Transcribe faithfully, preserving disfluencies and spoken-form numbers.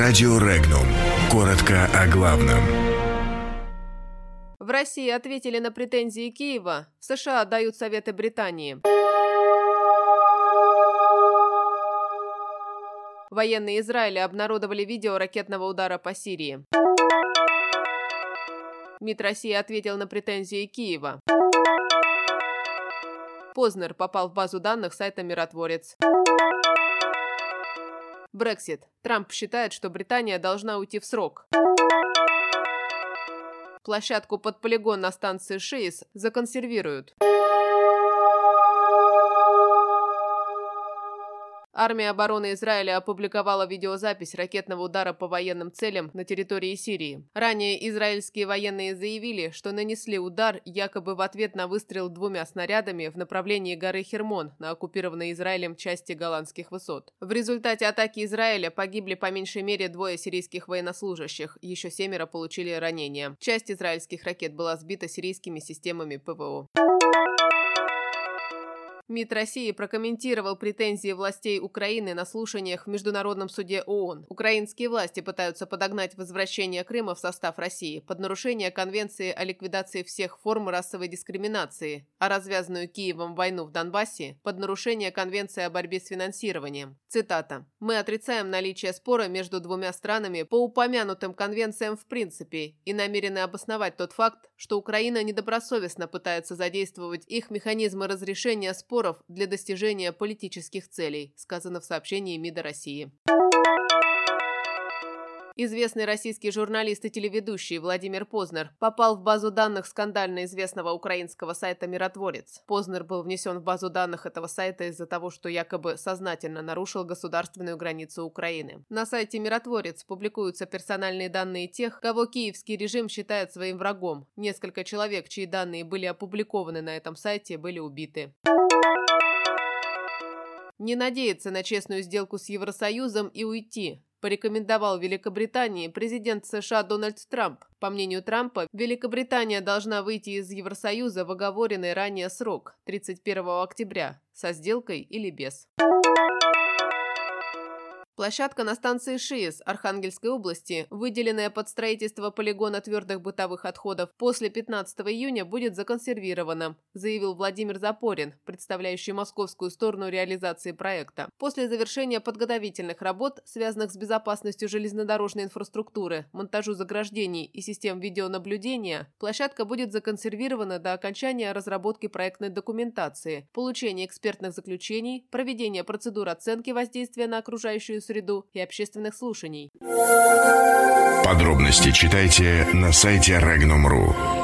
Радио Регнум. Коротко о главном. В России ответили на претензии Киева. В США дают советы Британии. Военные Израиля обнародовали видео ракетного удара по Сирии. МИД России ответил на претензии Киева. Познер попал в базу данных сайта «Миротворец». Брексит. Трамп считает, что Британия должна уйти в срок. Площадку под полигон на станции Шиес законсервируют. Армия обороны Израиля опубликовала видеозапись ракетного удара по военным целям на территории Сирии. Ранее израильские военные заявили, что нанесли удар якобы в ответ на выстрел двумя снарядами в направлении горы Хермон на оккупированной Израилем части Голландских высот. В результате атаки Израиля погибли по меньшей мере двое сирийских военнослужащих, еще семеро получили ранения. Часть израильских ракет была сбита сирийскими системами ПВО. МИД России прокомментировал претензии властей Украины на слушаниях в Международном суде ООН. Украинские власти пытаются подогнать возвращение Крыма в состав России под нарушение Конвенции о ликвидации всех форм расовой дискриминации, а развязанную Киевом войну в Донбассе под нарушение Конвенции о борьбе с финансированием. Цитата. «Мы отрицаем наличие спора между двумя странами по упомянутым конвенциям в принципе и намерены обосновать тот факт, что Украина недобросовестно пытается задействовать их механизмы разрешения споров для достижения политических целей», сказано в сообщении МИДа России. Известный российский журналист и телеведущий Владимир Познер попал в базу данных скандально известного украинского сайта «Миротворец». Познер был внесен в базу данных этого сайта из-за того, что якобы сознательно нарушил государственную границу Украины. На сайте «Миротворец» публикуются персональные данные тех, кого киевский режим считает своим врагом. Несколько человек, чьи данные были опубликованы на этом сайте, были убиты. Не надеяться на честную сделку с Евросоюзом и уйти, порекомендовал Великобритании президент США Дональд Трамп. По мнению Трампа, Великобритания должна выйти из Евросоюза в оговоренный ранее срок – тридцать первого октября, со сделкой или без. Площадка на станции Шиес Архангельской области, выделенная под строительство полигона твердых бытовых отходов, после пятнадцатого июня будет законсервирована, заявил Владимир Запорин, представляющий московскую сторону реализации проекта. После завершения подготовительных работ, связанных с безопасностью железнодорожной инфраструктуры, монтажу заграждений и систем видеонаблюдения, площадка будет законсервирована до окончания разработки проектной документации, получения экспертных заключений, проведения процедур оценки воздействия на окружающую среду и общественных слушаний. Подробности читайте на сайте регнум точка ру.